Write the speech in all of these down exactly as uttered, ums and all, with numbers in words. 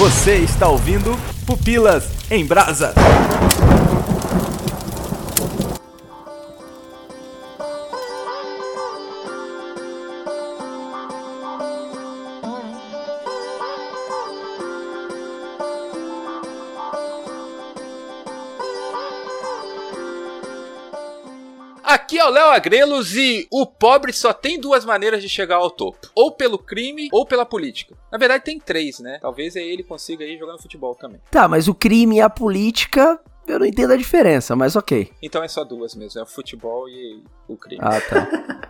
Você está ouvindo Pupilas em Brasa. Aqui é o Léo Agrelos e o pobre só tem duas maneiras de chegar ao topo. Ou pelo crime ou pela política. Na verdade tem três, né? Talvez aí ele consiga ir jogando futebol também. Tá, mas o crime e a política, eu não entendo a diferença, mas ok. Então é só duas mesmo, é o futebol e o crime. Ah, tá.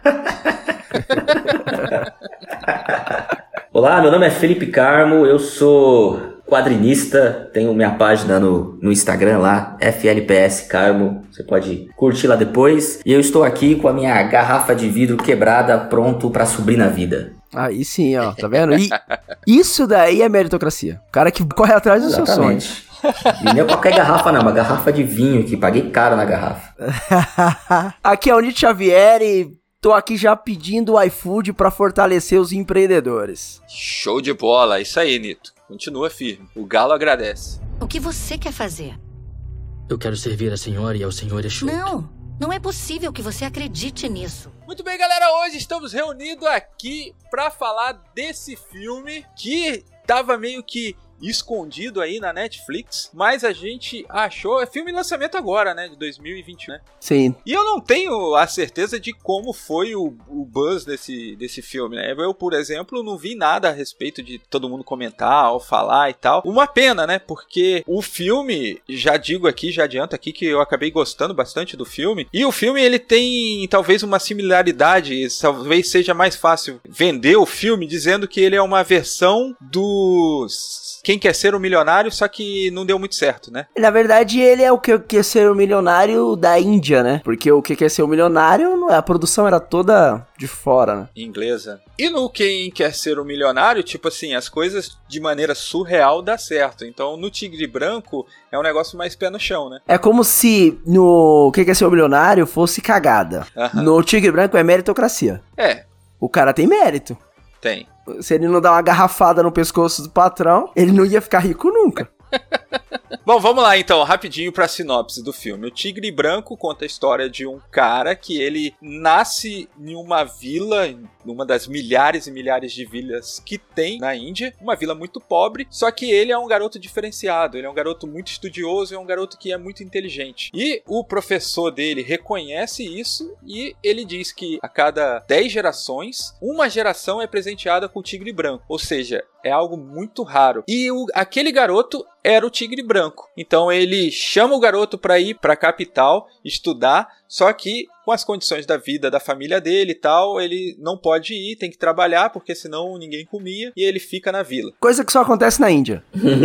Olá, meu nome é Felipe Carmo, eu sou quadrinista, tenho minha página no, no Instagram lá, F L P S Carmo, você pode curtir lá depois. E eu estou aqui com a minha garrafa de vidro quebrada, pronto pra subir na vida. Aí sim, ó, tá vendo? E isso daí é meritocracia. O cara que corre atrás dos seus sonhos. E nem qualquer garrafa não, uma garrafa de vinho que paguei caro na garrafa. Aqui é o Nito Xavier e tô aqui já pedindo o iFood pra fortalecer os empreendedores. Show de bola, isso aí, Nito. Continua firme. O Galo agradece. O que você quer fazer? Eu quero servir a senhora e ao senhor Exu. Não, não é possível que você acredite nisso. Muito bem, galera. Hoje estamos reunidos aqui pra falar desse filme que tava meio que escondido aí na Netflix, mas a gente achou, é filme de lançamento agora, né, de dois mil e vinte, né? Sim. E eu não tenho a certeza de como foi o, o buzz desse, desse filme, né? Eu, por exemplo, não vi nada a respeito de todo mundo comentar ou falar e tal. Uma pena, né? Porque o filme, já digo aqui, já adianto aqui que eu acabei gostando bastante do filme, e o filme ele tem talvez uma similaridade, talvez seja mais fácil vender o filme dizendo que ele é uma versão dos Quem Quer Ser um Milionário, só que não deu muito certo, né? Na verdade, ele é o que quer ser o milionário da Índia, né? Porque o que quer ser o milionário, a produção era toda de fora, né? Inglesa. E no Quem Quer Ser um Milionário, tipo assim, as coisas de maneira surreal dá certo. Então, no Tigre Branco, é um negócio mais pé no chão, né? É como se no Quem Quer Ser o Milionário fosse cagada. Uh-huh. No Tigre Branco é meritocracia. É. O cara tem mérito. Tem. Se ele não dar uma garrafada no pescoço do patrão, ele não ia ficar rico nunca. Bom, vamos lá então, rapidinho pra sinopse do filme. O Tigre Branco conta a história de um cara que ele nasce em uma vila, numa das milhares e milhares de vilas que tem na Índia, uma vila muito pobre, só que ele é um garoto diferenciado, ele é um garoto muito estudioso, é um garoto que é muito inteligente. E o professor dele reconhece isso e ele diz que a cada dez gerações, uma geração é presenteada com o Tigre Branco, ou seja, é algo muito raro. E o, aquele garoto era o Tigre Branco. Então ele chama o garoto para ir para a capital estudar, só que com as condições da vida da família dele e tal, ele não pode ir, tem que trabalhar, porque senão ninguém comia, e ele fica na vila. Coisa que só acontece na Índia.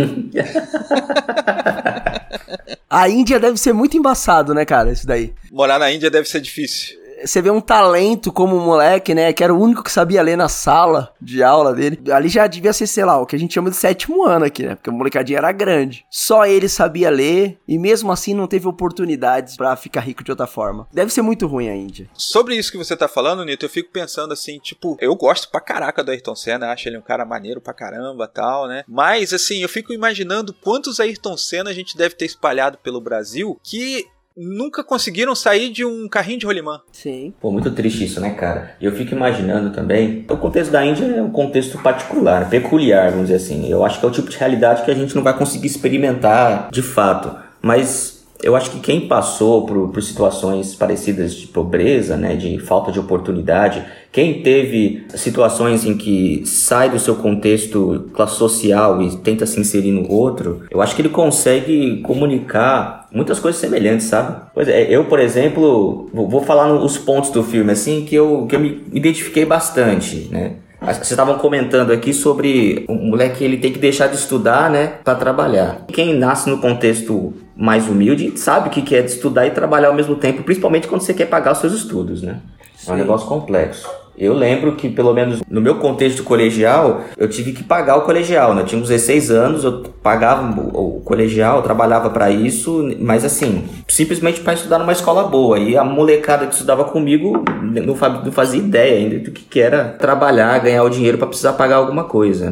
A Índia deve ser muito embaçado, né, cara, isso daí. Morar na Índia deve ser difícil. Você vê um talento como um moleque, né, que era o único que sabia ler na sala de aula dele. Ali já devia ser, sei lá, o que a gente chama de sétimo ano aqui, né, porque a molecadinha era grande. Só ele sabia ler e mesmo assim não teve oportunidades pra ficar rico de outra forma. Deve ser muito ruim a Índia. Sobre isso que você tá falando, Nito, eu fico pensando assim, tipo, eu gosto pra caraca do Ayrton Senna, acho ele um cara maneiro pra caramba, tal, né? Mas, assim, eu fico imaginando quantos Ayrton Senna a gente deve ter espalhado pelo Brasil que nunca conseguiram sair de um carrinho de rolimã. Sim. Pô, muito triste isso, né, cara? E eu fico imaginando também, o contexto da Índia é um contexto particular, peculiar, vamos dizer assim. Eu acho que é o tipo de realidade que a gente não vai conseguir experimentar de fato. Mas eu acho que quem passou por, por situações parecidas de pobreza, né, de falta de oportunidade, quem teve situações em que sai do seu contexto classe social e tenta se inserir no outro, eu acho que ele consegue comunicar muitas coisas semelhantes, sabe? Pois é, eu, por exemplo, vou falar os pontos do filme, assim, que eu, que eu me identifiquei bastante, né? Vocês estavam comentando aqui sobre o moleque, ele tem que deixar de estudar, né, para trabalhar. Quem nasce no contexto mais humilde sabe o que é de estudar e trabalhar ao mesmo tempo, principalmente quando você quer pagar os seus estudos, né? Sim. É um negócio complexo. Eu lembro que, pelo menos no meu contexto colegial, eu tive que pagar o colegial, né? Eu tinha uns dezesseis anos, eu pagava o colegial, eu trabalhava pra isso, mas assim, simplesmente para estudar numa escola boa. E a molecada que estudava comigo não fazia ideia ainda do que era trabalhar, ganhar o dinheiro pra precisar pagar alguma coisa, né?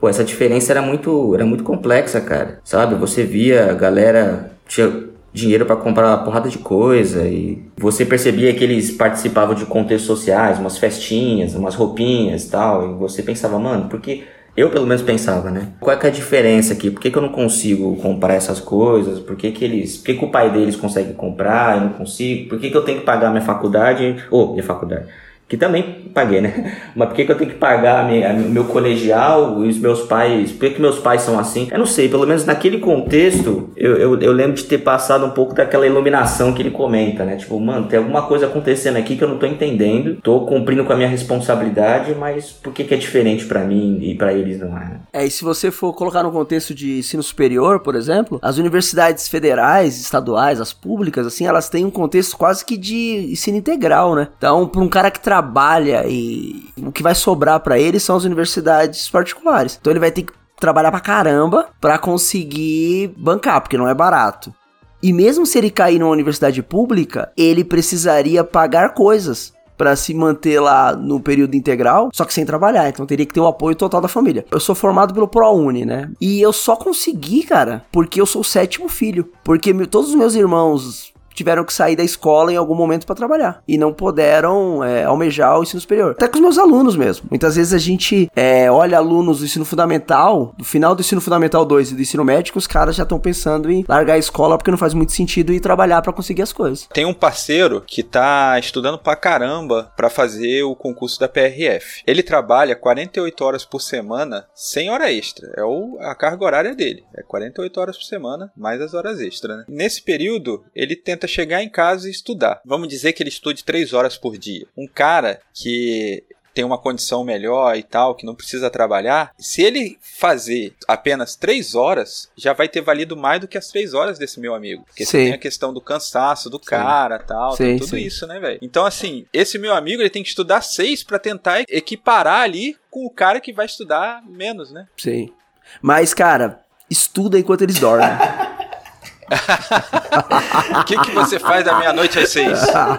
Pô, essa diferença era muito, era muito complexa, cara. Sabe? Você via a galera... Tinha dinheiro pra comprar uma porrada de coisa e você percebia que eles participavam de contextos sociais, umas festinhas, umas roupinhas e tal. E você pensava, mano, por que... Eu, pelo menos, pensava, né? Qual é que é a diferença aqui? Por que que eu não consigo comprar essas coisas? Por que que eles... Por que que o pai deles consegue comprar e eu não consigo? Por que que eu tenho que pagar minha faculdade? Ou, oh, minha faculdade... Que também paguei, né? Mas por que que eu tenho que pagar o meu colegial e os meus pais... Por que que meus pais são assim? Eu não sei, pelo menos naquele contexto, eu, eu, eu lembro de ter passado um pouco daquela iluminação que ele comenta, né? Tipo, mano, tem alguma coisa acontecendo aqui que eu não tô entendendo. Tô cumprindo com a minha responsabilidade, mas por que que é diferente pra mim e pra eles não é? É, e se você for colocar no contexto de ensino superior, por exemplo, as universidades federais, estaduais, as públicas, assim, elas têm um contexto quase que de ensino integral, né? Então, pra um cara que trabalha e o que vai sobrar pra ele são as universidades particulares. Então ele vai ter que trabalhar pra caramba pra conseguir bancar, porque não é barato. E mesmo se ele cair numa universidade pública, ele precisaria pagar coisas pra se manter lá no período integral, só que sem trabalhar, então teria que ter o apoio total da família. Eu sou formado pelo ProUni, né? E eu só consegui, cara, porque eu sou o sétimo filho. Porque todos os meus irmãos tiveram que sair da escola em algum momento pra trabalhar. E não puderam é, almejar o ensino superior. Até com os meus alunos mesmo. Muitas vezes a gente é, olha alunos do ensino fundamental, do final do ensino fundamental dois e do ensino médio, os caras já estão pensando em largar a escola porque não faz muito sentido ir trabalhar pra conseguir as coisas. Tem um parceiro que tá estudando pra caramba pra fazer o concurso da P R F. Ele trabalha quarenta e oito horas por semana sem hora extra. É o, a carga horária dele. É quarenta e oito horas por semana, mais as horas extras, né? Nesse período, ele tenta chegar em casa e estudar. Vamos dizer que ele estude três horas por dia. Um cara que tem uma condição melhor e tal, que não precisa trabalhar, se ele fazer apenas três horas, já vai ter valido mais do que as três horas desse meu amigo. Porque tem a questão do cansaço do sim. cara e tal, sim, tem tudo sim. isso, né, velho? Então, assim, esse meu amigo, ele tem que estudar seis pra tentar equiparar ali com o cara que vai estudar menos, né? Sim. Mas, cara, estuda enquanto eles dormem. O que, que você faz da meia-noite às seis?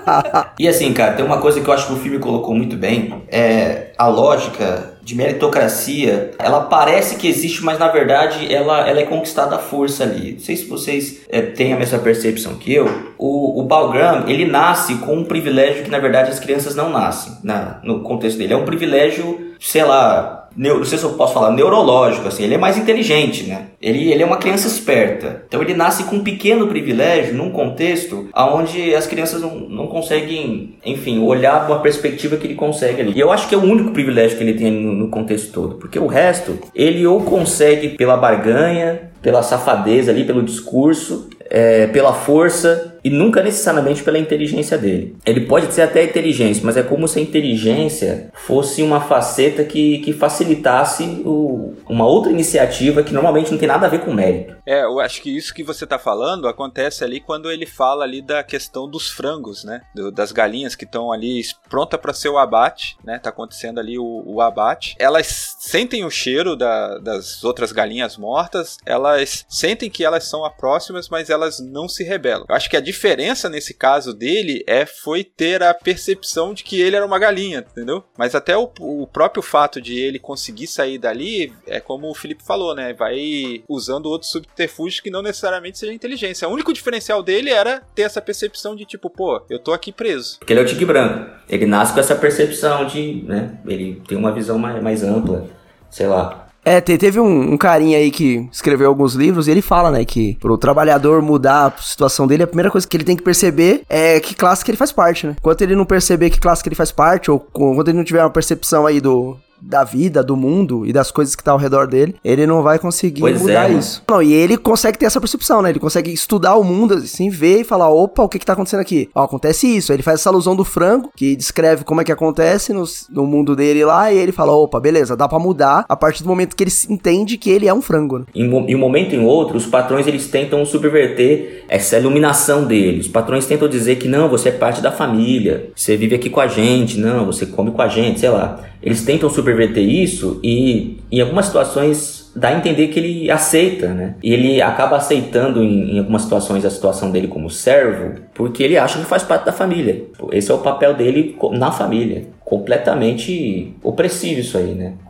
E assim, cara, tem uma coisa que eu acho que o filme colocou muito bem. É a lógica de meritocracia. Ela parece que existe, mas na verdade ela, ela é conquistada à força ali. Não sei se vocês é, têm a mesma percepção que eu. O, o Bagram, ele nasce com um privilégio que na verdade as crianças não nascem, na, no contexto dele. É um privilégio, sei lá... Neu, não sei se eu posso falar, neurológico, assim, ele é mais inteligente, né? Ele, ele é uma criança esperta. Então ele nasce com um pequeno privilégio num contexto onde as crianças não, não conseguem, enfim, olhar uma perspectiva que ele consegue ali. E eu acho que é o único privilégio que ele tem no, no contexto todo, porque o resto, ele ou consegue pela barganha, pela safadeza ali, pelo discurso, é, pela força e nunca necessariamente pela inteligência dele. Ele pode ser até inteligência, mas é como se a inteligência fosse uma faceta que, que facilitasse o, uma outra iniciativa que normalmente não tem nada a ver com mérito. É, eu acho que isso que você tá falando acontece ali quando ele fala ali da questão dos frangos, né? Do, das galinhas que estão ali pronta para ser o abate, né? Tá acontecendo ali o, o abate. Elas sentem o cheiro da, das outras galinhas mortas, elas sentem que elas são próximas, mas elas não se rebelam. Eu acho que a diferença nesse caso dele é, foi ter a percepção de que ele era uma galinha, entendeu? Mas até o, o próprio fato de ele conseguir sair dali, é como o Felipe falou, né? Vai usando outros subterfúgios que não necessariamente seja inteligência. O único diferencial dele era ter essa percepção de tipo, pô, eu tô aqui preso. Porque ele é o tigre branco. Ele nasce com essa percepção de, né? Ele tem uma visão mais, mais ampla, sei lá. É, teve um, um carinha aí que escreveu alguns livros e ele fala, né, que pro trabalhador mudar a situação dele, a primeira coisa que ele tem que perceber é que classe que ele faz parte, né? Enquanto ele não perceber que classe que ele faz parte, ou quando ele não tiver uma percepção aí do... da vida, do mundo e das coisas que tá ao redor dele, ele não vai conseguir pois mudar é, isso. Não, e ele consegue ter essa percepção, né? Ele consegue estudar o mundo, assim, ver e falar, opa, o que que tá acontecendo aqui? Ó, acontece isso. Aí ele faz essa alusão do frango, que descreve como é que acontece no, no mundo dele lá, e ele fala, opa, beleza, dá pra mudar a partir do momento que ele entende que ele é um frango, né? Em, em um momento e em outro, os patrões, eles tentam subverter essa iluminação dele. Os patrões tentam dizer que não, você é parte da família, você vive aqui com a gente, não, você come com a gente, sei lá. Eles tentam subverter isso e, em algumas situações, dá a entender que ele aceita, né? E ele acaba aceitando, em, em algumas situações, a situação dele como servo, porque ele acha que faz parte da família. Esse é o papel dele na família. Completamente opressivo isso aí, né?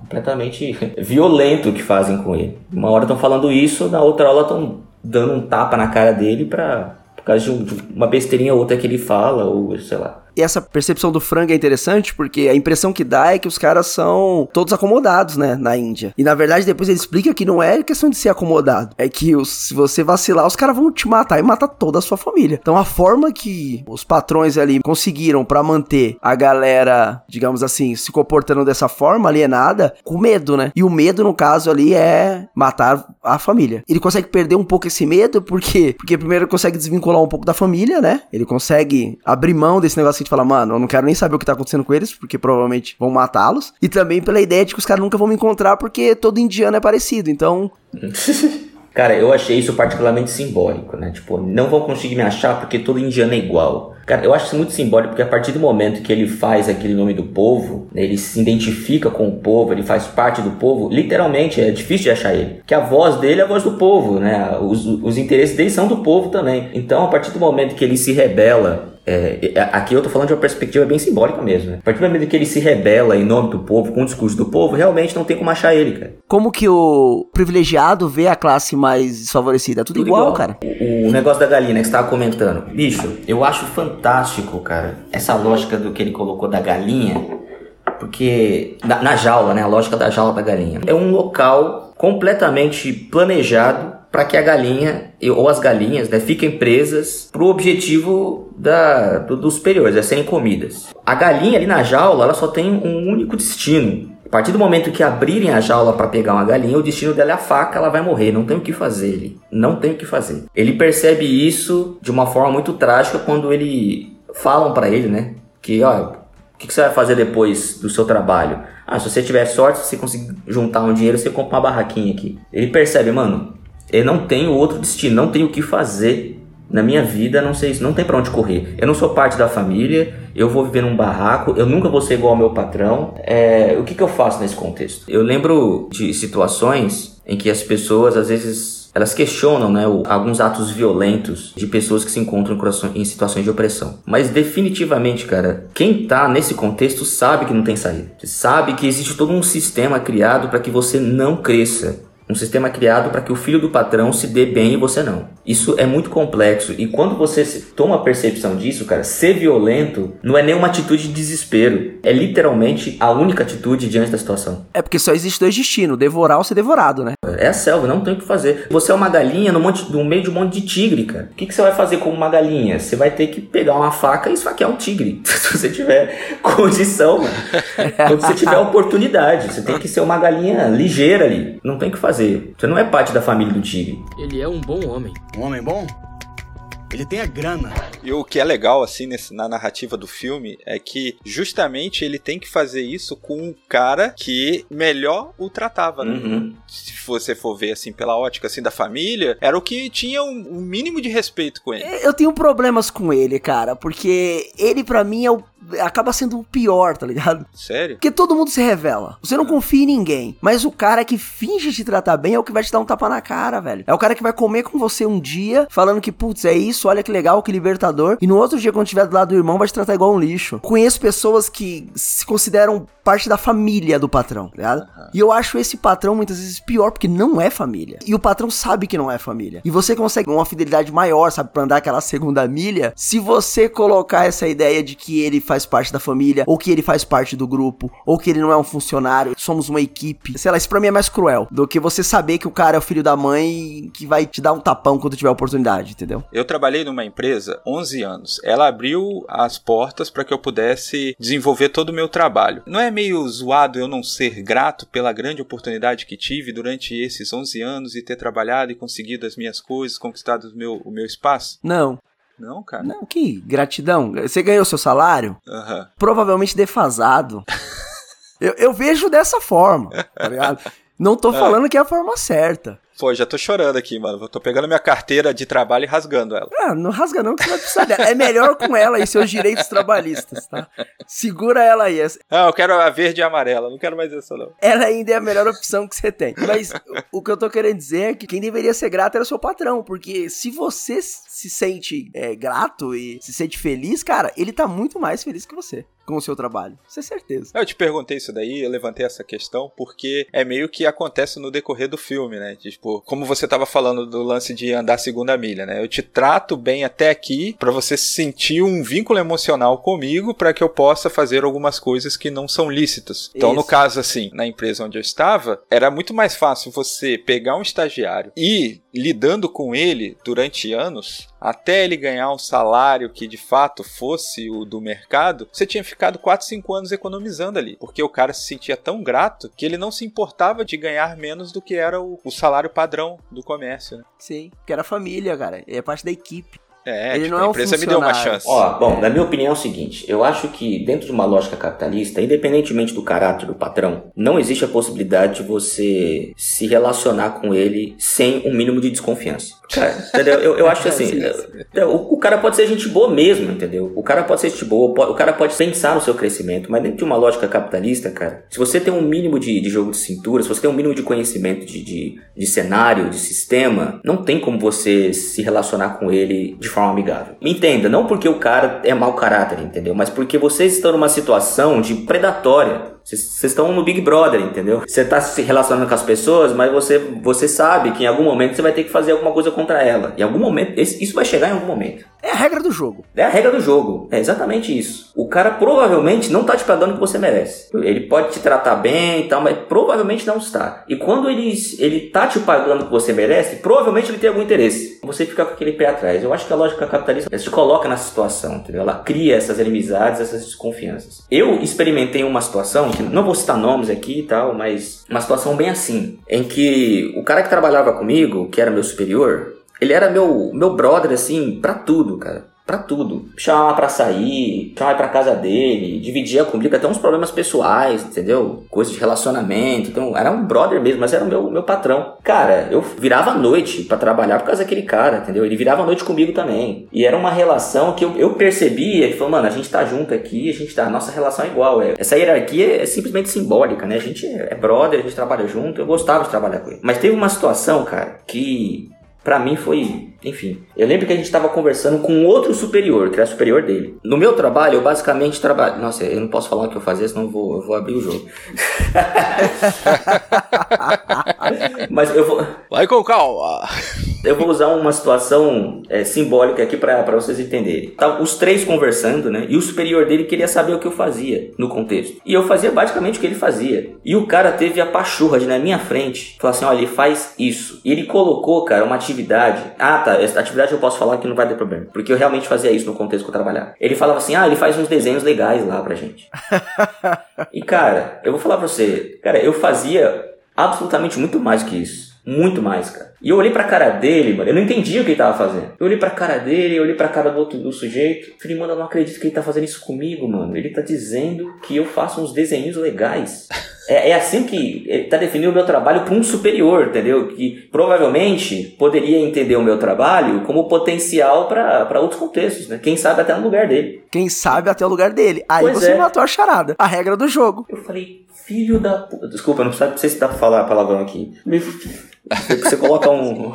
completamente violento o que fazem com ele. Uma hora estão falando isso, na outra hora estão dando um tapa na cara dele pra, por causa de, um, de uma besteirinha ou outra que ele fala, ou sei lá. E essa percepção do frango é interessante porque a impressão que dá é que os caras são todos acomodados, né, na Índia. E na verdade depois ele explica que não é questão de ser acomodado. É que os, se você vacilar, os caras vão te matar e matar toda a sua família. Então a forma que os patrões ali conseguiram pra manter a galera, digamos assim, se comportando dessa forma alienada, com medo, né? E o medo no caso ali é matar a família. Ele consegue perder um pouco esse medo, por quê? Porque primeiro ele consegue desvincular um pouco da família, né? Ele consegue abrir mão desse negócio de falar, mano, eu não quero nem saber o que tá acontecendo com eles, porque provavelmente vão matá-los. E também pela ideia de que os caras nunca vão me encontrar, porque todo indiano é parecido, então... Cara, eu achei isso particularmente simbólico, né? Tipo, não vão conseguir me achar porque todo indiano é igual. Cara, eu acho isso muito simbólico porque a partir do momento que ele faz aquele nome do povo, né, ele se identifica com o povo, ele faz parte do povo, literalmente é difícil de achar ele. Porque a voz dele é a voz do povo, né? Os, os interesses dele são do povo também. Então, a partir do momento que ele se rebela... É, aqui eu tô falando de uma perspectiva bem simbólica mesmo, né? A partir do momento que ele se rebela em nome do povo, com o discurso do povo, realmente não tem como achar ele, cara. Como que o privilegiado vê a classe mais desfavorecida? É tudo, tudo igual, igual, cara. O, o negócio da galinha, né, que você tava comentando. Bicho, eu acho fantástico, cara, essa lógica do que ele colocou da galinha, porque na, na jaula, né, a lógica da jaula da galinha. É um local completamente planejado para que a galinha, ou as galinhas, né, fiquem presas pro objetivo da, do, dos superiores, é serem comidas. A galinha ali na jaula, ela só tem um único destino. A partir do momento que abrirem a jaula para pegar uma galinha, o destino dela é a faca, ela vai morrer, não tem o que fazer. Ele não tem o que fazer. Ele percebe isso de uma forma muito trágica quando ele falam para ele, né, que ó, o que, que você vai fazer depois do seu trabalho? Ah, se você tiver sorte, se você conseguir juntar um dinheiro, você compra uma barraquinha aqui. Ele percebe, mano, eu não tenho outro destino, não tenho o que fazer na minha vida, não sei, não tem pra onde correr. Eu não sou parte da família, eu vou viver num barraco, eu nunca vou ser igual ao meu patrão. É, o que, que eu faço nesse contexto? Eu lembro de situações em que as pessoas, às vezes, elas questionam, né, o, alguns atos violentos de pessoas que se encontram em situações de opressão. Mas definitivamente, cara, quem tá nesse contexto sabe que não tem saída. Sabe que existe todo um sistema criado para que você não cresça. Um sistema criado para que o filho do patrão se dê bem e você não. Isso é muito complexo. E quando você toma a percepção disso, cara, ser violento não é nenhuma atitude de desespero. É literalmente a única atitude diante da situação. É porque só existe dois destinos, devorar ou ser devorado, né? É a selva, não tem o que fazer. Você é uma galinha no, monte, no meio de um monte de tigre, cara. O que, que você vai fazer como uma galinha? Você vai ter que pegar uma faca e esfaquear um tigre. Se você tiver condição, mano. Quando você tiver oportunidade. Você tem que ser uma galinha ligeira ali. Não tem o que fazer. Você não é parte da família do tigre. Ele é um bom homem. Um homem bom? Ele tem a grana. E o que é legal, assim, nesse, na narrativa do filme, é que justamente ele tem que fazer isso com um cara que melhor o tratava, né? Uhum. Se você for ver, assim, pela ótica, assim, da família, era o que tinha um, um mínimo de respeito com ele. Eu tenho problemas com ele, cara, porque ele pra mim é o acaba sendo o pior, tá ligado? Sério? Porque todo mundo se revela. Você não confia em ninguém. Mas o cara que finge te tratar bem é o que vai te dar um tapa na cara, velho. É o cara que vai comer com você um dia, falando que, putz, é isso, olha que legal, que libertador. E no outro dia, quando estiver do lado do irmão, vai te tratar igual um lixo. Conheço pessoas que se consideram parte da família do patrão, tá ligado? Uhum. E eu acho esse patrão muitas vezes pior, porque não é família. E o patrão sabe que não é família. E você consegue uma fidelidade maior, sabe, pra andar aquela segunda milha, se você colocar essa ideia de que ele faz faz parte da família, ou que ele faz parte do grupo, ou que ele não é um funcionário, somos uma equipe. Sei lá, isso pra mim é mais cruel do que você saber que o cara é o filho da mãe que vai te dar um tapão quando tiver oportunidade, entendeu? Eu trabalhei numa empresa onze anos. Ela abriu as portas para que eu pudesse desenvolver todo o meu trabalho. Não é meio zoado eu não ser grato pela grande oportunidade que tive durante esses onze anos e ter trabalhado e conseguido as minhas coisas, conquistado o meu, o meu espaço? Não. Não, cara. Não, que gratidão. Você ganhou seu salário? Uhum. Provavelmente defasado. eu, eu vejo dessa forma, tá ligado? Não tô falando é. que é a forma certa. Pô, já tô chorando aqui, mano. Eu tô pegando minha carteira de trabalho e rasgando ela. Ah, não rasga não, que você vai precisar dela. É melhor com ela e seus direitos trabalhistas, tá? Segura ela aí. Ah, eu quero a verde e a amarela. Não quero mais essa, não. Ela ainda é a melhor opção que você tem. Mas o que eu tô querendo dizer é que quem deveria ser grato era o seu patrão. Porque se você se sente é, grato e se sente feliz, cara, ele tá muito mais feliz que você. com o seu trabalho. Isso é certeza. Eu te perguntei isso daí, eu levantei essa questão, porque é meio que acontece no decorrer do filme, né? Tipo, como você tava falando do lance de andar a segunda milha, né? Eu te trato bem até aqui pra você sentir um vínculo emocional comigo pra que eu possa fazer algumas coisas que não são lícitas. Então, isso. No caso, assim, na empresa onde eu estava, era muito mais fácil você pegar um estagiário e ir lidando com ele durante anos, até ele ganhar um salário que de fato fosse o do mercado, você tinha ficado quatro, cinco anos economizando ali, porque o cara se sentia tão grato que ele não se importava de ganhar menos do que era o, o salário padrão do comércio, né? Sim, porque era família, cara, é parte da equipe. É, ele tipo, não é um a empresa me deu uma chance. Ó, bom, na minha opinião é o seguinte, eu acho que dentro de uma lógica capitalista, independentemente do caráter do patrão, não existe a possibilidade de você se relacionar com ele sem um mínimo de desconfiança. Cara, entendeu? Eu, eu acho que assim, o, o cara pode ser gente boa mesmo, entendeu? O cara pode ser gente boa, pode, o cara pode pensar no seu crescimento, mas dentro de uma lógica capitalista, cara, se você tem um mínimo de, de jogo de cintura, se você tem um mínimo de conhecimento de, de, de cenário, de sistema, não tem como você se relacionar com ele de forma amigável. Me entenda, não porque o cara é mau caráter, entendeu? Mas porque vocês estão numa situação de predatória. Vocês estão no Big Brother, entendeu? Você está se relacionando com as pessoas, mas você, você sabe que em algum momento você vai ter que fazer alguma coisa contra ela. Em algum momento, esse, isso vai chegar em algum momento. É a regra do jogo. É a regra do jogo. É exatamente isso. O cara provavelmente não tá te pagando o que você merece. Ele pode te tratar bem e tal, mas provavelmente não está. E quando ele, ele tá te pagando o que você merece, provavelmente ele tem algum interesse. Você fica com aquele pé atrás. Eu acho que a lógica capitalista ela te coloca nessa situação, entendeu? Ela cria essas inimizades, essas desconfianças. Eu experimentei uma situação, que não vou citar nomes aqui e tal, mas uma situação bem assim, em que o cara que trabalhava comigo, que era meu superior, ele era meu, meu brother, assim, pra tudo, cara. Pra tudo. Chamava pra sair, chamava pra casa dele, dividia comigo até uns problemas pessoais, entendeu? Coisas de relacionamento. Então, era um brother mesmo, mas era o meu, meu patrão. Cara, eu virava à noite pra trabalhar por causa daquele cara, entendeu? Ele virava à noite comigo também. E era uma relação que eu, eu percebia, que falou, mano, a gente tá junto aqui, a gente tá, a nossa relação é igual. É. Essa hierarquia é simplesmente simbólica, né? A gente é brother, a gente trabalha junto, eu gostava de trabalhar com ele. Mas teve uma situação, cara, que... Pra mim foi, enfim, eu lembro que a gente tava conversando com outro superior, que era superior dele. No meu trabalho, eu basicamente trabalho... Nossa, eu não posso falar o que eu fazia, senão eu vou, eu vou abrir o jogo. Mas eu vou... Vai com calma. Eu vou usar uma situação é, simbólica aqui pra, pra vocês entenderem. Estavam os três conversando, né? E o superior dele queria saber o que eu fazia no contexto. E eu fazia basicamente o que ele fazia. E o cara teve a pachorra de, na minha frente, falar assim, olha, ele faz isso. E ele colocou, cara, uma atividade. Ah, tá, essa atividade eu posso falar que não vai ter problema. Porque eu realmente fazia isso no contexto que eu trabalhava. Ele falava assim, ah, ele faz uns desenhos legais lá pra gente. E, cara, eu vou falar pra você. Cara, eu fazia absolutamente muito mais que isso. Muito mais, cara. E eu olhei pra cara dele, mano. Eu não entendia o que ele tava fazendo. Eu olhei pra cara dele, eu olhei pra cara do outro do sujeito. Falei, mano, eu não acredito que ele tá fazendo isso comigo, mano. Ele tá dizendo que eu faço uns desenhos legais. É, é assim que ele tá definindo o meu trabalho pra um superior, entendeu? Que provavelmente poderia entender o meu trabalho como potencial pra, pra outros contextos, né? Quem sabe até no lugar dele. Quem sabe até o lugar dele. Aí Pois você é. matou a charada. A regra do jogo. Eu falei, filho da puta. Desculpa, eu não sei, não sei se dá pra falar palavrão aqui. Você coloca um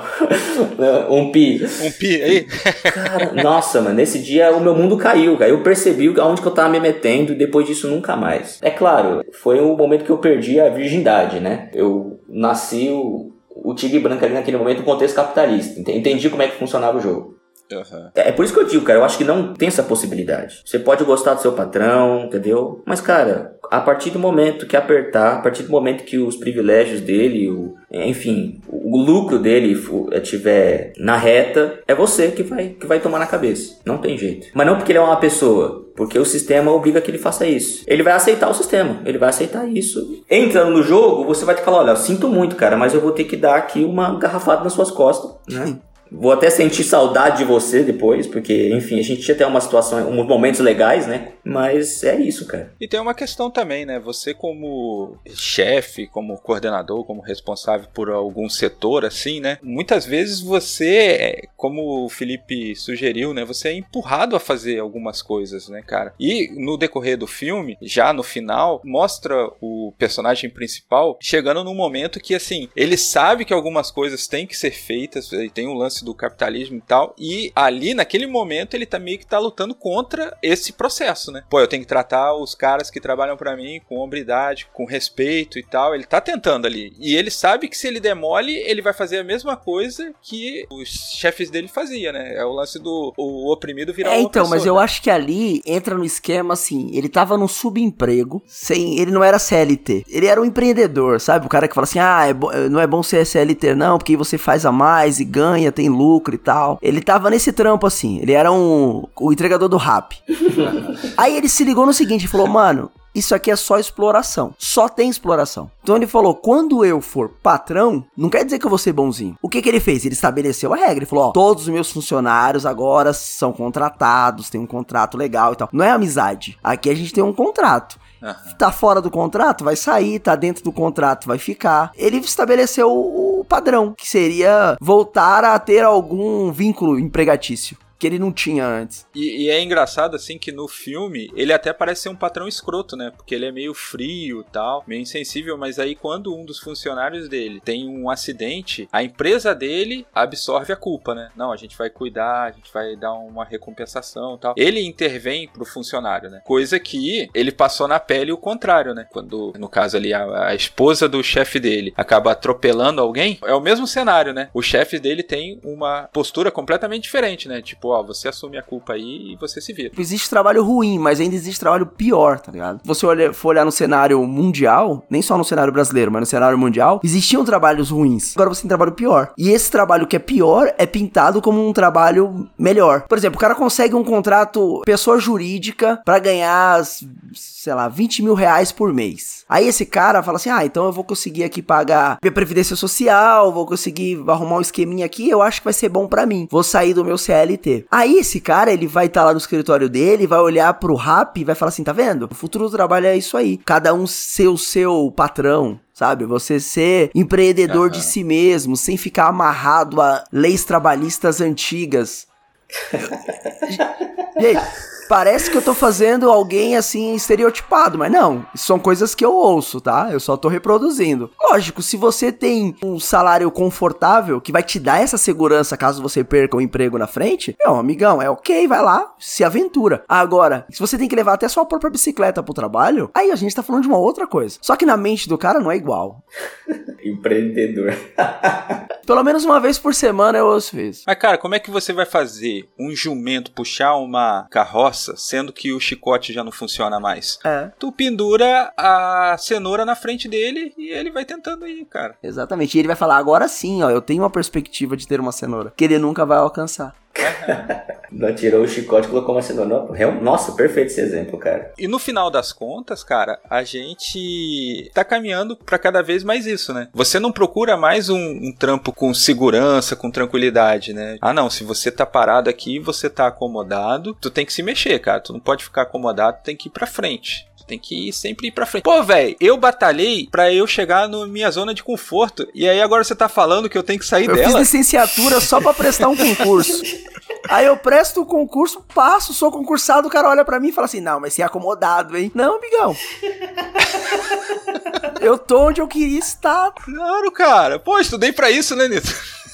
um pi. Um pi aí? Cara, nossa, mano, nesse dia o meu mundo caiu, cara. Eu percebi aonde que eu tava me metendo e depois disso nunca mais. É claro, foi o momento que eu perdi a virgindade, né? Eu nasci o, o tigre branco ali naquele momento no contexto capitalista. Entendi como é que funcionava o jogo. Uhum. É, é por isso que eu digo, cara, eu acho que não tem essa possibilidade. Você pode gostar do seu patrão, entendeu? Mas, cara, a partir do momento que apertar, a partir do momento que os privilégios dele, o, enfim, o lucro dele estiver na reta, é você que vai, que vai tomar na cabeça. Não tem jeito. Mas não porque ele é uma pessoa, porque o sistema obriga que ele faça isso. Ele vai aceitar o sistema, ele vai aceitar isso. Entrando no jogo, você vai ter que falar, olha, eu sinto muito, cara, mas eu vou ter que dar aqui uma garrafada nas suas costas, né? Vou até sentir saudade de você depois, porque, enfim, a gente tinha até uma situação, uns momentos legais, né? Mas é isso, cara. E tem uma questão também, né? Você como chefe, como coordenador, como responsável por algum setor, assim, né? Muitas vezes você, como o Felipe sugeriu, né? Você é empurrado a fazer algumas coisas, né, cara? E no decorrer do filme, já no final, mostra o personagem principal chegando num momento que, assim, ele sabe que algumas coisas têm que ser feitas, e tem um lance lance do capitalismo e tal, e ali, naquele momento, ele tá meio que tá lutando contra esse processo, né? Pô, eu tenho que tratar os caras que trabalham pra mim com hombridade, com respeito e tal, ele tá tentando ali, e ele sabe que se ele demole, ele vai fazer a mesma coisa que os chefes dele faziam, né? É o lance do o oprimido virar É, uma então, pessoa, mas eu né? acho que ali entra no esquema assim, ele tava num subemprego, sem, ele não era C L T, ele era um empreendedor, sabe? O cara que fala assim, ah, é bo- não é bom ser C L T não, porque você faz a mais e ganha, tem lucro e tal. Ele tava nesse trampo assim, ele era um o entregador do rap. Aí ele se ligou no seguinte, falou, mano, isso aqui é só exploração. Só tem exploração. Então ele falou, quando eu for patrão, não quer dizer que eu vou ser bonzinho. O que que ele fez? Ele estabeleceu a regra. Ele falou, ó, todos os meus funcionários agora são contratados, tem um contrato legal e tal. Não é amizade. Aqui a gente tem um contrato. Uhum. Tá fora do contrato, vai sair, tá dentro do contrato, vai ficar. Ele estabeleceu o padrão, que seria voltar a ter algum vínculo empregatício que ele não tinha antes. E, e é engraçado, assim, que no filme ele até parece ser um patrão escroto, né? Porque ele é meio frio e tal, meio insensível, mas aí quando um dos funcionários dele tem um acidente, a empresa dele absorve a culpa, né? Não, a gente vai cuidar, a gente vai dar uma recompensação e tal. Ele intervém pro funcionário, né? Coisa que ele passou na pele o contrário, né? Quando, no caso ali, a, a esposa do chefe dele acaba atropelando alguém, é o mesmo cenário, né? O chefe dele tem uma postura completamente diferente, né? Tipo, ó, você assume a culpa aí e você se vira. Existe trabalho ruim, mas ainda existe trabalho pior, tá ligado? Você olha, for olhar no cenário mundial, nem só no cenário brasileiro, mas no cenário mundial, existiam trabalhos ruins. Agora você tem trabalho pior. E esse trabalho que é pior é pintado como um trabalho melhor. Por exemplo, o cara consegue um contrato pessoa jurídica pra ganhar, sei lá, vinte mil reais por mês. Aí esse cara fala assim, ah, então eu vou conseguir aqui pagar minha previdência social, vou conseguir arrumar um esqueminha aqui, eu acho que vai ser bom pra mim. Vou sair do meu C L T. Aí esse cara, ele vai estar tá lá no escritório dele, vai olhar pro rap e vai falar assim, tá vendo? O futuro do trabalho é isso aí. Cada um ser o seu patrão. Sabe, você ser empreendedor uhum. de si mesmo, sem ficar amarrado a leis trabalhistas antigas. Gente, parece que eu tô fazendo alguém assim estereotipado, mas não, são coisas que eu ouço, tá? Eu só tô reproduzindo. Lógico, se você tem um salário confortável que vai te dar essa segurança caso você perca o emprego na frente, meu amigão, é ok, vai lá, se aventura. Agora, se você tem que levar até sua própria bicicleta pro trabalho, aí a gente tá falando de uma outra coisa. Só que na mente do cara não é igual. Empreendedor. Pelo menos uma vez por semana eu ouço isso. Mas cara, como é que você vai fazer um jumento puxar uma carroça, sendo que o chicote já não funciona mais? É. Tu pendura a cenoura na frente dele e ele vai tentando ir, cara. Exatamente. E ele vai falar, agora sim, ó, eu tenho uma perspectiva de ter uma cenoura, que ele nunca vai alcançar. Não tirou o chicote e colocou uma cenoura. Nossa, perfeito esse exemplo, cara. E no final das contas, cara, a gente tá caminhando pra cada vez mais isso, né? Você não procura mais um, um trampo com segurança, com tranquilidade, né? Ah, não, se você tá parado aqui, você tá acomodado, tu tem que se mexer, cara. Tu não pode ficar acomodado, tu tem que ir pra frente. Tem que ir, sempre ir pra frente. Pô, velho, eu batalhei pra eu chegar na minha zona de conforto. E aí agora você tá falando que eu tenho que sair eu dela? Eu fiz licenciatura só pra prestar um concurso. Aí eu presto o concurso, passo, sou concursado, o cara olha pra mim e fala assim, não, mas você é acomodado, hein? Não, amigão. Eu tô onde eu queria estar. Claro, cara. Pô, estudei pra isso, né, Nito?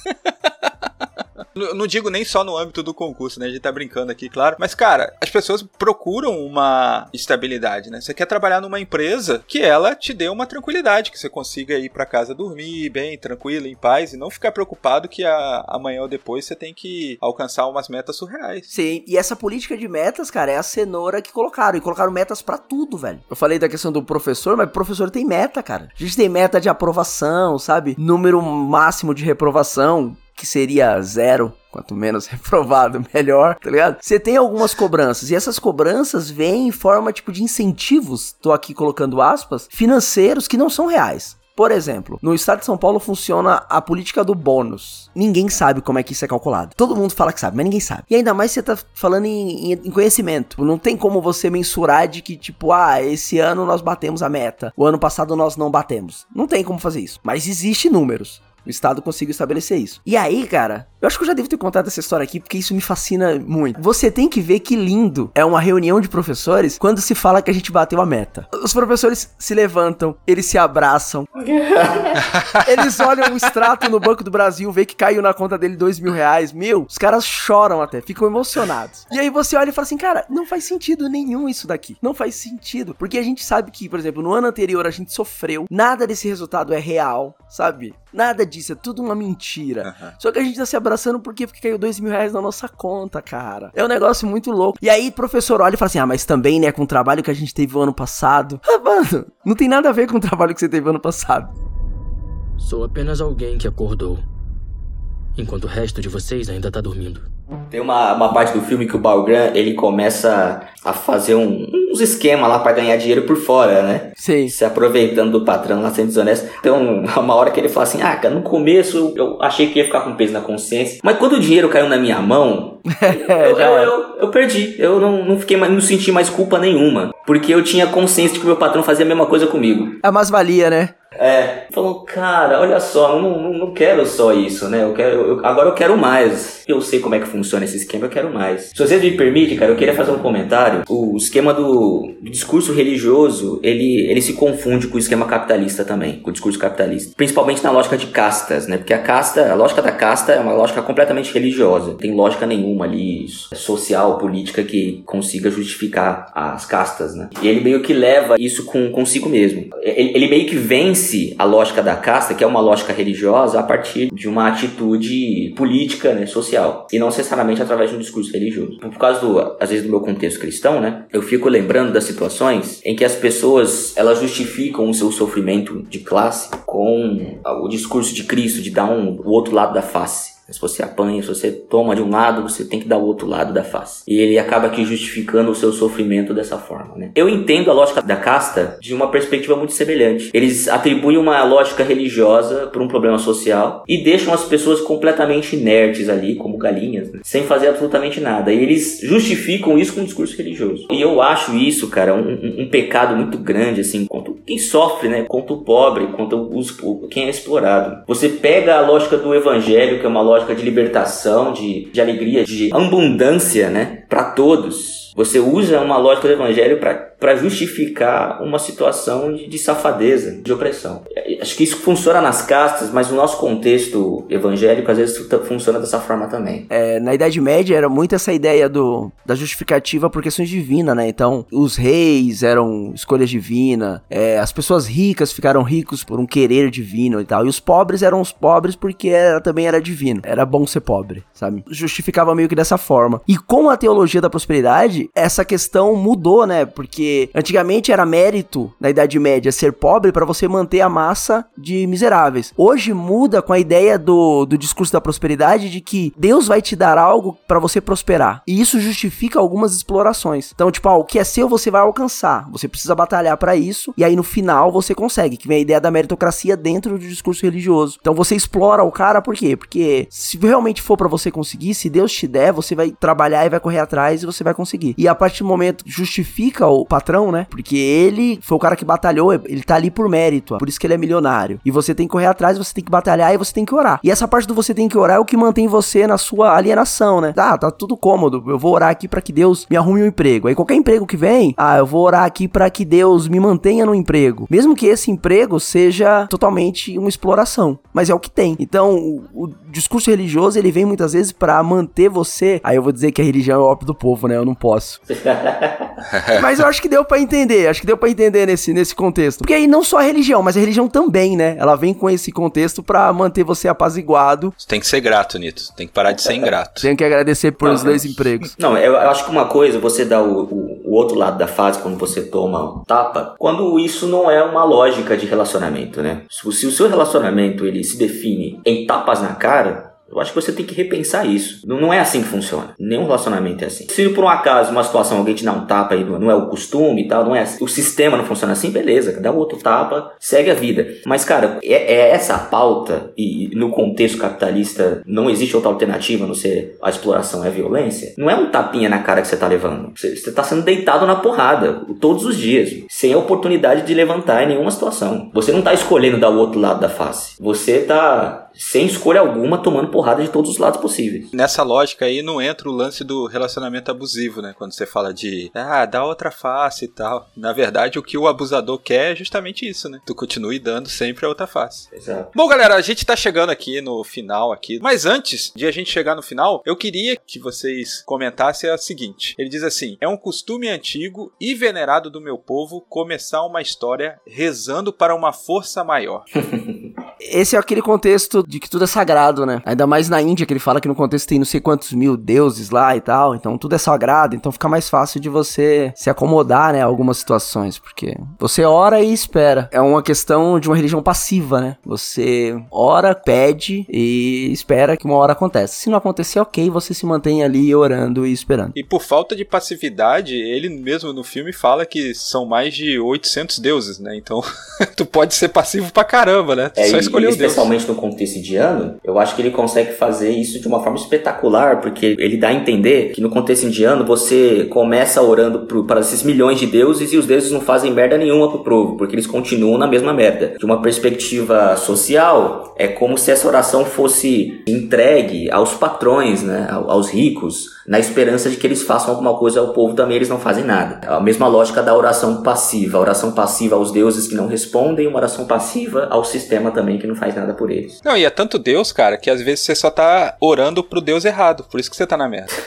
Não digo nem só no âmbito do concurso, né? A gente tá brincando aqui, claro. Mas, cara, as pessoas procuram uma estabilidade, né? Você quer trabalhar numa empresa que ela te dê uma tranquilidade, que você consiga ir pra casa dormir bem, tranquilo, em paz, e não ficar preocupado que a, amanhã ou depois você tem que alcançar umas metas surreais. Sim, e essa política de metas, cara, é a cenoura que colocaram. E colocaram metas pra tudo, velho. Eu falei da questão do professor, mas o professor tem meta, cara. A gente tem meta de aprovação, sabe? Número máximo de reprovação, que seria zero, quanto menos reprovado, melhor, tá ligado? Você tem algumas cobranças, e essas cobranças vêm em forma, tipo, de incentivos, tô aqui colocando aspas, financeiros que não são reais. Por exemplo, no estado de São Paulo funciona a política do bônus. Ninguém sabe como é que isso é calculado. Todo mundo fala que sabe, mas ninguém sabe. E ainda mais você tá falando em, em, em conhecimento. Não tem como você mensurar de que, tipo, ah, esse ano nós batemos a meta. O ano passado nós não batemos. Não tem como fazer isso. Mas existe números. O Estado conseguiu estabelecer isso. E aí, cara, eu acho que eu já devo ter contado essa história aqui, porque isso me fascina muito. Você tem que ver que lindo é uma reunião de professores quando se fala que a gente bateu a meta. Os professores se levantam, eles se abraçam, eles olham o extrato no Banco do Brasil, vê que caiu na conta dele dois mil reais. Meu, os caras choram até, ficam emocionados. E aí você olha e fala assim, cara, não faz sentido nenhum isso daqui. Não faz sentido. Porque a gente sabe que, por exemplo, no ano anterior a gente sofreu, nada desse resultado é real, sabe? Nada disso, é tudo uma mentira. Uhum. Só que a gente tá se abraçando porque, porque caiu dois mil reais na nossa conta, cara. É um negócio muito louco. E aí o professor olha e fala assim, ah, mas também, né, com o trabalho que a gente teve o ano passado. Ah, mano, não tem nada a ver com o trabalho que você teve o ano passado. Sou apenas alguém que acordou, enquanto o resto de vocês ainda tá dormindo. Tem uma, uma parte do filme que o Balgram, ele começa a fazer um, uns esquemas lá pra ganhar dinheiro por fora, né? Sim. Se aproveitando do patrão lá, sendo desonesto. Então, uma hora que ele fala assim, ah, cara, no começo eu achei que ia ficar com peso na consciência, mas quando o dinheiro caiu na minha mão, eu, eu, eu, eu perdi. Eu não, não fiquei mais, não senti mais culpa nenhuma, porque eu tinha consciência de que o meu patrão fazia a mesma coisa comigo. É mais-valia, né? É, falou, cara, olha só, não, não, não quero só isso, né? Eu quero, eu, agora eu quero mais. Eu sei como é que funciona esse esquema, eu quero mais. Se vocês me permitem, cara, eu queria fazer um comentário. O esquema do, do discurso religioso, ele, ele se confunde com o esquema capitalista também, com o discurso capitalista. Principalmente na lógica de castas, né? Porque a casta, a lógica da casta é uma lógica completamente religiosa. Não tem lógica nenhuma ali, social, política, que consiga justificar as castas, né? E ele meio que leva isso com, consigo mesmo. Ele, ele meio que vence a lógica da casta, que é uma lógica religiosa, a partir de uma atitude política, né, social, e não necessariamente através de um discurso religioso. Por causa, do, às vezes, do meu contexto cristão, né, eu fico lembrando das situações em que as pessoas, elas justificam o seu sofrimento de classe com o discurso de Cristo, de dar um, o outro lado da face. Se você apanha, se você toma de um lado, você tem que dar o outro lado da face. E ele acaba aqui justificando o seu sofrimento dessa forma, né? Eu entendo a lógica da casta de uma perspectiva muito semelhante. Eles atribuem uma lógica religiosa para um problema social e deixam as pessoas completamente inertes ali, como galinhas, né? Sem fazer absolutamente nada. E eles justificam isso com um discurso religioso. E eu acho isso, cara, um, um, um pecado muito grande, assim, contra quem sofre, né? Contra o pobre, contra os, quem é explorado. Você pega a lógica do evangelho, que é uma lógica de libertação, de, de alegria, de abundância, né, para todos. Você usa uma lógica do evangelho para justificar uma situação de, de safadeza, de opressão. Acho que isso funciona nas castas, mas no nosso contexto evangélico, às vezes funciona dessa forma também. É, na Idade Média era muito essa ideia do, da justificativa por questões divinas, né? Então, os reis eram escolhas divinas, é, as pessoas ricas ficaram ricos por um querer divino e tal, e os pobres eram os pobres porque era, também era divino. Era bom ser pobre, sabe? Justificava meio que dessa forma. E com a teologia da prosperidade, essa questão mudou, né? Porque antigamente era mérito, na Idade Média, ser pobre para você manter a massa de miseráveis. Hoje muda com a ideia do, do discurso da prosperidade de que Deus vai te dar algo para você prosperar. E isso justifica algumas explorações. Então, tipo, ah, o que é seu você vai alcançar. Você precisa batalhar para isso e aí no final você consegue. Que vem a ideia da meritocracia dentro do discurso religioso. Então você explora o cara, por quê? Porque se realmente for para você conseguir, se Deus te der, você vai trabalhar e vai correr atrás e você vai conseguir. E a partir do momento justifica o patrão, né? Porque ele foi o cara que batalhou, ele tá ali por mérito, por isso que ele é milionário. E você tem que correr atrás, você tem que batalhar e você tem que orar. E essa parte do você tem que orar é o que mantém você na sua alienação, né? Ah, tá tudo cômodo, eu vou orar aqui pra que Deus me arrume um emprego. Aí qualquer emprego que vem, ah, eu vou orar aqui pra que Deus me mantenha no emprego. Mesmo que esse emprego seja totalmente uma exploração, mas é o que tem. Então, o, o discurso religioso, ele vem muitas vezes pra manter você... Aí eu vou dizer que a religião é o ópio do povo, né? Eu não posso. Mas eu acho que deu pra entender, acho que deu pra entender nesse, nesse contexto. Porque aí não só a religião, mas a religião também, né? Ela vem com esse contexto pra manter você apaziguado. Você tem que ser grato, Nito. Tem que parar de ser ingrato. Tenho que agradecer por não, os dois empregos. Não, eu, eu acho que uma coisa, você dá o, o, o outro lado da fase quando você toma um tapa, quando isso não é uma lógica de relacionamento, né? Se, se o seu relacionamento, ele se define em tapas na cara... Eu acho que você tem que repensar isso. Não, não é assim que funciona. Nenhum relacionamento é assim. Se por um acaso, uma situação, alguém te dá um tapa aí, não é o costume e tal, não é assim, o sistema não funciona assim, beleza, dá um outro tapa, segue a vida. Mas, cara, é, é essa a pauta, e no contexto capitalista não existe outra alternativa a não ser a exploração, é a violência. Não é um tapinha na cara que você tá levando. Você, você tá sendo deitado na porrada, todos os dias, sem a oportunidade de levantar em nenhuma situação. Você não tá escolhendo dar o outro lado da face. Você tá... sem escolha alguma, tomando porrada de todos os lados possíveis. Nessa lógica aí não entra o lance do relacionamento abusivo, né? Quando você fala de, ah, dá outra face e tal. Na verdade, o que o abusador quer é justamente isso, né? Tu continue dando sempre a outra face. Exato. Bom, galera, a gente tá chegando aqui no final aqui. Mas antes de a gente chegar no final, eu queria que vocês comentassem a seguinte. Ele diz assim: é um costume antigo e venerado do meu povo começar uma história rezando para uma força maior. Esse é aquele contexto de que tudo é sagrado, né? Ainda mais na Índia, que ele fala que no contexto tem não sei quantos mil deuses lá e tal. Então tudo é sagrado, então fica mais fácil de você se acomodar, né, a algumas situações. Porque você ora e espera. É uma questão de uma religião passiva, né? Você ora, pede e espera que uma hora aconteça. Se não acontecer, ok, você se mantém ali orando e esperando. E por falta de passividade, ele mesmo no filme fala que são mais de oitocentos deuses, né? Então tu pode ser passivo pra caramba, né? Tu é, só escolheu o Deus. Especialmente no contexto indiano, eu acho que ele consegue fazer isso de uma forma espetacular, porque ele dá a entender que no contexto indiano você começa orando pro, para esses milhões de deuses e os deuses não fazem merda nenhuma pro povo, porque eles continuam na mesma merda. De uma perspectiva social, é como se essa oração fosse entregue aos patrões, né, aos ricos, na esperança de que eles façam alguma coisa ao povo também, eles não fazem nada. A mesma lógica da oração passiva. A oração passiva aos deuses que não respondem, uma oração passiva ao sistema também que não faz nada por eles. Não, e é tanto Deus, cara, que às vezes você só tá orando pro Deus errado. Por isso que você tá na merda.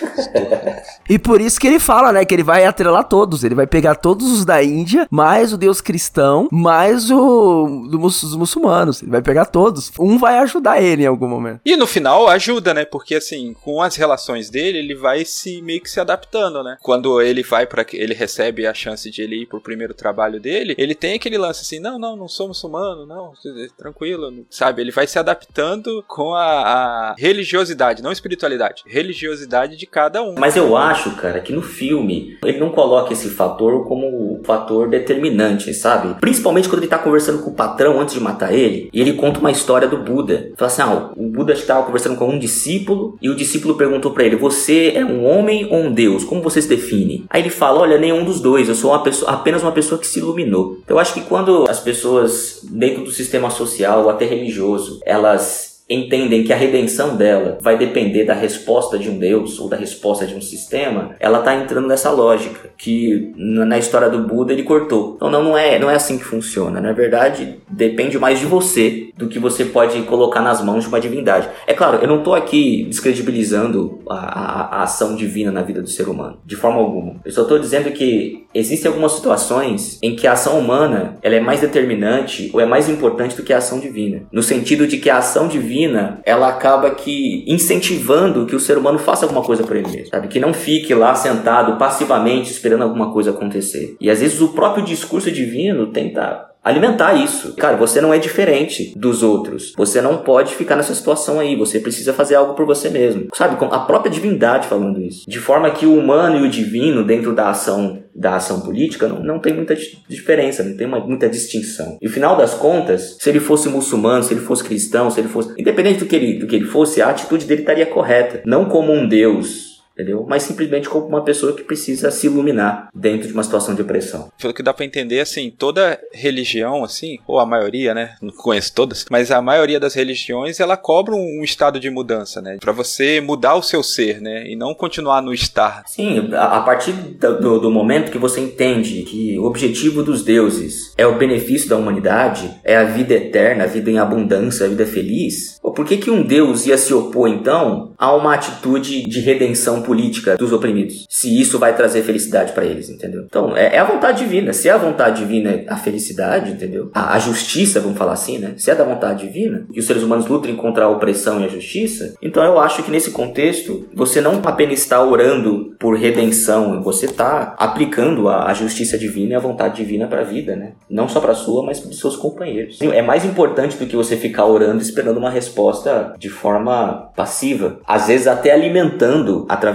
E por isso que ele fala, né, que ele vai atrelar todos. Ele vai pegar todos os da Índia, mais o Deus cristão, mais o dos muçulmanos. Ele vai pegar todos. Um vai ajudar ele em algum momento. E no final ajuda, né? Porque assim, com as relações dele, ele vai vai se meio que se adaptando, né? Quando ele vai para ele recebe a chance de ele ir pro primeiro trabalho dele, ele tem aquele lance assim, não, não, não sou muçulmano, não, tranquilo, sabe? Ele vai se adaptando com a, a religiosidade, não espiritualidade, religiosidade de cada um. Mas eu acho, cara, que no filme ele não coloca esse fator como um fator determinante, sabe? Principalmente quando ele tá conversando com o patrão antes de matar ele, e ele conta uma história do Buda. Fala assim, ah, o Buda estava conversando com um discípulo, e o discípulo perguntou pra ele, você é um homem ou um deus? Como você se define? Aí ele fala, olha, nenhum dos dois, eu sou uma pessoa, apenas uma pessoa que se iluminou. Então eu acho que quando as pessoas dentro do sistema social ou até religioso, elas entendem que a redenção dela vai depender da resposta de um Deus ou da resposta de um sistema, ela tá entrando nessa lógica que na história do Buda ele cortou. Então não, não, é, não é assim que funciona. Na verdade, depende mais de você do que você pode colocar nas mãos de uma divindade. É claro, eu não tô aqui descredibilizando a, a, a ação divina na vida do ser humano, de forma alguma. Eu só tô dizendo que existem algumas situações em que a ação humana ela é mais determinante ou é mais importante do que a ação divina. No sentido de que a ação divina ela acaba que incentivando que o ser humano faça alguma coisa por ele mesmo, sabe? Que não fique lá sentado passivamente esperando alguma coisa acontecer. E às vezes o próprio discurso divino tenta alimentar isso. Cara, você não é diferente dos outros. Você não pode ficar nessa situação aí. Você precisa fazer algo por você mesmo. Sabe? Com a própria divindade falando isso. De forma que o humano e o divino dentro da ação da ação política não, não tem muita diferença, não tem uma, muita distinção. E no final das contas, se ele fosse muçulmano, se ele fosse cristão, se ele fosse... Independente do que ele, do que ele fosse, a atitude dele estaria correta. Não como um Deus... Entendeu? Mas simplesmente como uma pessoa que precisa se iluminar dentro de uma situação de opressão. Pelo que dá pra entender, assim, toda religião, assim, ou a maioria, né? Não conheço todas, mas a maioria das religiões, ela cobra um, um estado de mudança, né? Pra você mudar o seu ser, né? E não continuar no estar. Sim, a, a partir do, do momento que você entende que o objetivo dos deuses é o benefício da humanidade, é a vida eterna, a vida em abundância, a vida feliz, por que que um Deus ia se opor, então, a uma atitude de redenção política dos oprimidos, se isso vai trazer felicidade pra eles, entendeu? Então, é, é a vontade divina. Se é a vontade divina é a felicidade, entendeu? A, a justiça, vamos falar assim, né? Se é da vontade divina, e os seres humanos lutem contra a opressão e a justiça, então eu acho que nesse contexto, você não apenas está orando por redenção, você está aplicando a, a justiça divina e a vontade divina pra vida, né? Não só pra sua, mas pros seus companheiros. É mais importante do que você ficar orando esperando uma resposta de forma passiva, às vezes até alimentando, através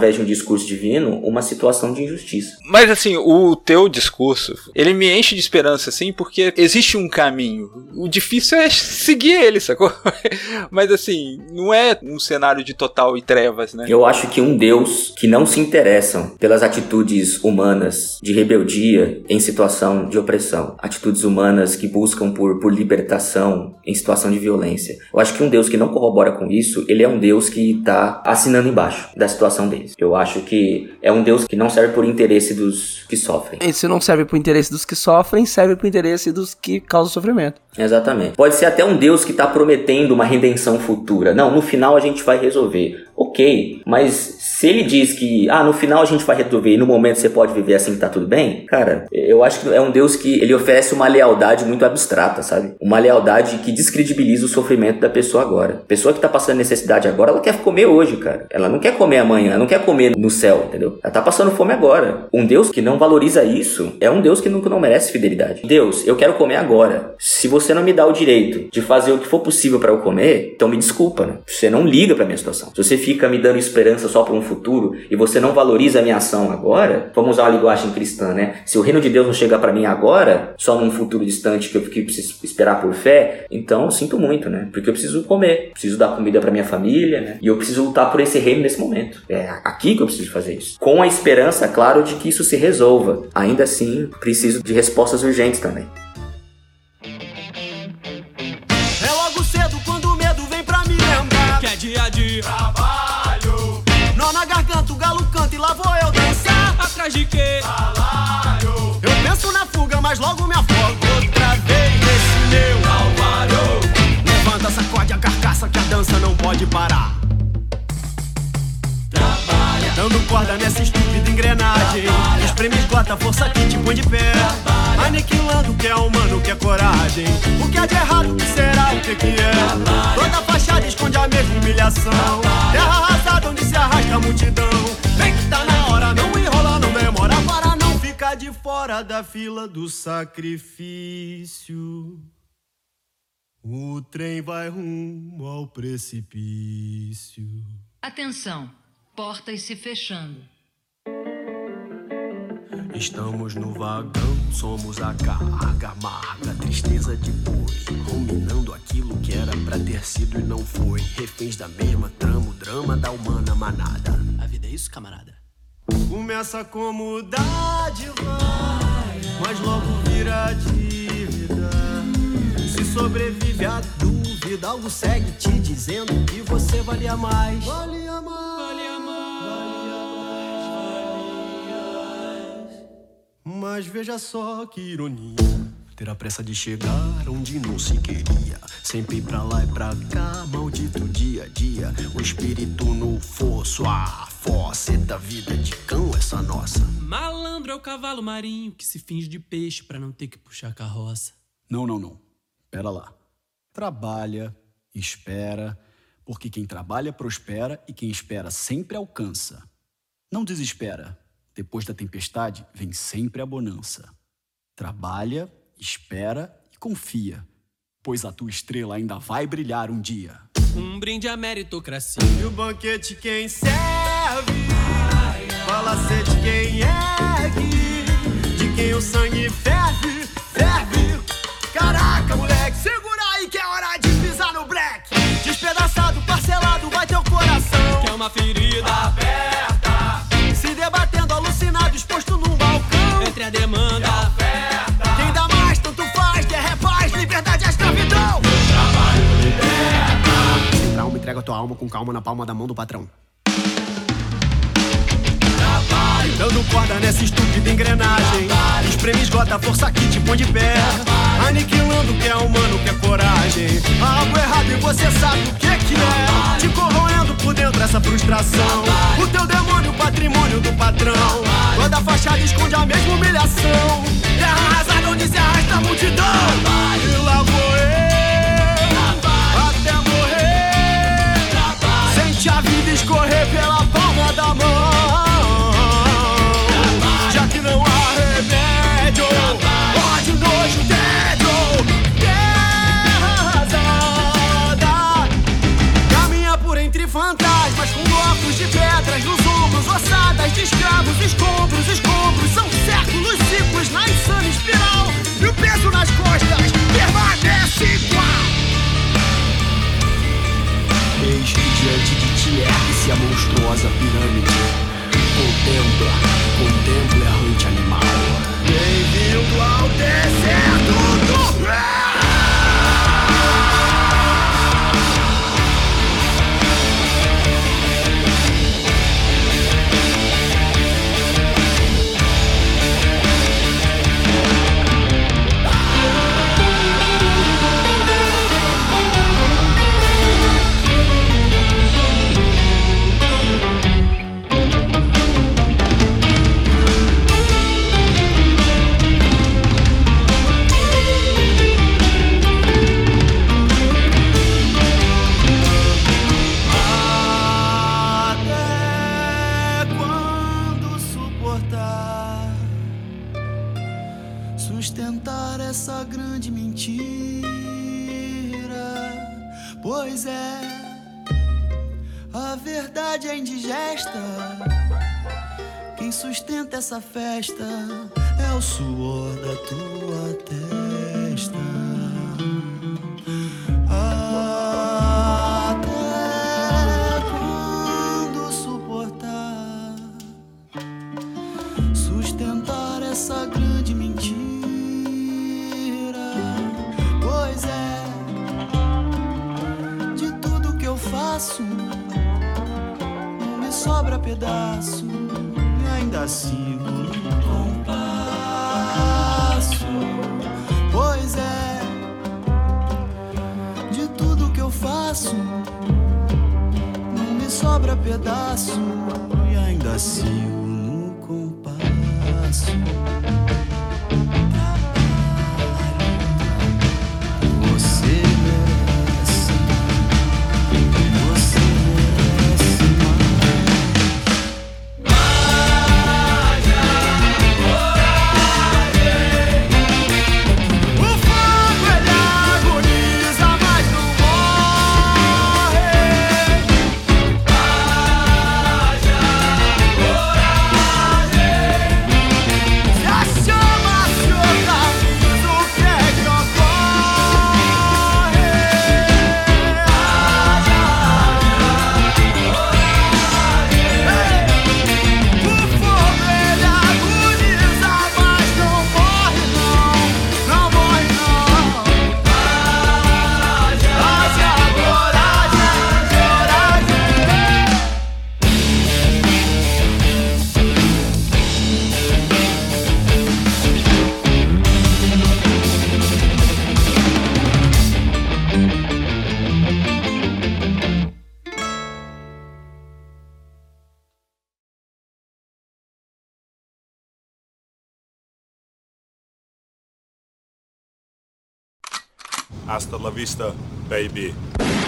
através de um discurso divino, uma situação de injustiça. Mas assim, o teu discurso, ele me enche de esperança, assim, porque existe um caminho. O difícil é seguir ele, sacou? Mas assim, não é um cenário de total e trevas, né? Eu acho que um Deus que não se interessam pelas atitudes humanas de rebeldia em situação de opressão, atitudes humanas que buscam por, por libertação em situação de violência. Eu acho que um Deus que não corrobora com isso, ele é um Deus que tá assinando embaixo da situação deles. Eu acho que é um Deus que não serve por interesse dos que sofrem. E se não serve pro interesse dos que sofrem, serve pro interesse dos que causam sofrimento. Exatamente. Pode ser até um Deus que tá prometendo uma redenção futura. Não, no final a gente vai resolver. Ok, mas se ele diz que, ah, no final a gente vai resolver e no momento você pode viver assim que tá tudo bem, cara, eu acho que é um Deus que ele oferece uma lealdade muito abstrata, sabe? Uma lealdade que descredibiliza o sofrimento da pessoa agora. A pessoa que tá passando necessidade agora, ela quer comer hoje, cara. Ela não quer comer amanhã, ela não quer comer no céu, entendeu? Ela tá passando fome agora. Um Deus que não valoriza isso é um Deus que não, não merece fidelidade. Deus, eu quero comer agora. Se você não me dá o direito de fazer o que for possível pra eu comer, então me desculpa, né? Você não liga pra minha situação. Se você fica me dando esperança só para um futuro e você não valoriza a minha ação agora, vamos usar a linguagem cristã, né? Se o reino de Deus não chegar para mim agora, só num futuro distante que eu que preciso esperar por fé, então eu sinto muito, né? Porque eu preciso comer, preciso dar comida para minha família, né? E eu preciso lutar por esse reino nesse momento. É aqui que eu preciso fazer isso. Com a esperança, claro, de que isso se resolva. Ainda assim, preciso de respostas urgentes também. É logo cedo quando o medo vem pra me lembrar que é dia a dia. Nó na garganta, o galo canta e lá vou eu dançar. Atrás de quê? Salário. Eu penso na fuga, mas logo me afogo outra vez nesse meu calvário. Levanta, sacode a carcaça que a dança não pode parar. Trabalha, dando corda nessa estúpida engrenagem. Espreme, esgota a força que te põe de pé. Trabalha, aniquilando o que é humano, o que é coragem. O que é de errado, o que será, o que que é. Trabalha, toda fachada esconde a mesma humilhação. Trabalha, terra arrasada onde se arrasta a multidão. Vem que tá na hora, não enrola, não demora, para não ficar de fora da fila do sacrifício. O trem vai rumo ao precipício. Atenção, portas se fechando. Estamos no vagão, somos a carga amarga, tristeza de boi, ruminando aquilo que era pra ter sido e não foi. Reféns da mesma trama, o drama da humana manada. A vida é isso, camarada? Começa como dádiva, mas logo vira dívida. Se sobrevive à dúvida, algo segue te dizendo que você valia mais. Valia mais, valia mais, valia mais. Mas veja só que ironia, ter a pressa de chegar onde não se queria. Sempre pra lá e pra cá, maldito dia a dia. O espírito no fosso, a foceta, vida de cão essa nossa. Malandro é o cavalo marinho que se finge de peixe pra não ter que puxar carroça. Não, não, não. Pera lá. Trabalha, espera, porque quem trabalha prospera e quem espera sempre alcança. Não desespera. Depois da tempestade vem sempre a bonança. Trabalha, espera e confia, pois a tua estrela ainda vai brilhar um dia. Um brinde à meritocracia. E o banquete quem serve, palacete quem ergue, de quem o sangue ferve, ferve. Caraca, moleque, segura aí que é hora de pisar no black. Despedaçado, parcelado, vai teu coração. Que é uma ferida aberta, se debatendo, alucinado, exposto num balcão. Entre a demanda e a oferta, quem dá mais, tanto faz, quer é paz, liberdade é escravidão. O trabalho liberta. Sem trauma, entrega tua alma com calma na palma da mão do patrão. Dando corda nessa estúpida engrenagem. Espreme, esgota a força que te põe de pé. Aniquilando o que é humano, o que é coragem. Há algo errado e você sabe o que que é. Te corroendo por dentro essa frustração. O teu demônio, o patrimônio do patrão. Toda fachada esconde a mesma humilhação. Terra arrasada onde se arrasta a multidão. E lá vou eu, até morrer. Sente a vida escorrer pela palma da mão. Não há remédio, ódio, nojo, tédio. Terra arrasada caminha por entre fantasmas, com blocos de pedras nos ombros. sustentar essa grande mentira. Pois é, a verdade é indigesta. Quem sustenta essa festa é o suor da tua testa. Até quando suportar sustentar essa grande mentira? Pois é, de tudo que eu faço não me sobra pedaço. Ainda sigo no compasso. Pois é, de tudo que eu faço não me sobra pedaço. E ainda sigo no compasso. Você merece, você merece Hasta la vista, baby.